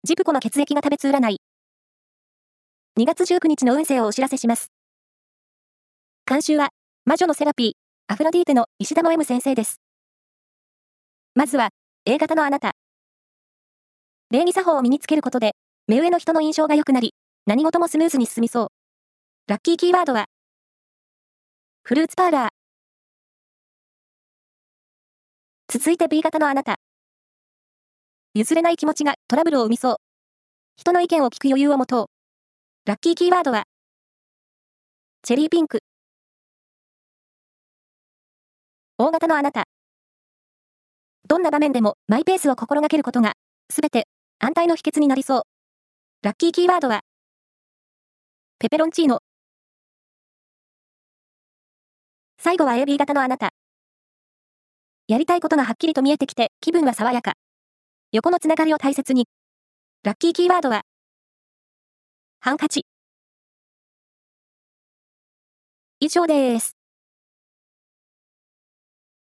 ジプコの血液が食べつ占い。2月19日の運勢をお知らせします。監修は、魔女のセラピー、アフロディーテの石田の M 先生です。まずは、A 型のあなた。礼儀作法を身につけることで、目上の人の印象が良くなり、何事もスムーズに進みそう。ラッキーキーワードは、フルーツパーラー。続いて B 型のあなた。譲れない気持ちがトラブルを生みそう。人の意見を聞く余裕を持とう。ラッキーキーワードは、チェリーピンク。O 型のあなた。どんな場面でもマイペースを心がけることが、すべて安泰の秘訣になりそう。ラッキーキーワードは、ペペロンチーノ。最後は AB 型のあなた。やりたいことがはっきりと見えてきて気分は爽やか。横のつながりを大切に。ラッキーキーワードは、ハンカチ。以上です。